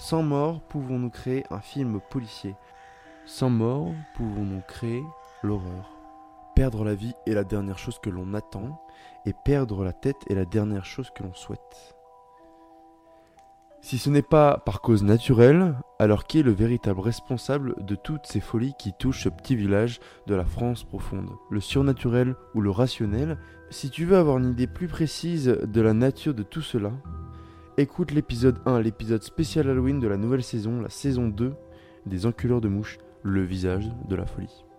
Sans mort, pouvons-nous créer un film policier? Sans mort, pouvons-nous créer l'horreur? Perdre la vie est la dernière chose que l'on attend, et perdre la tête est la dernière chose que l'on souhaite. Si ce n'est pas par cause naturelle, alors qui est le véritable responsable de toutes ces folies qui touchent ce petit village de la France profonde? Le surnaturel ou le rationnel? Si tu veux avoir une idée plus précise de la nature de tout cela, écoute l'épisode 1, l'épisode spécial Halloween de la nouvelle saison, la saison 2 des Enculeurs de mouches, le visage de la folie.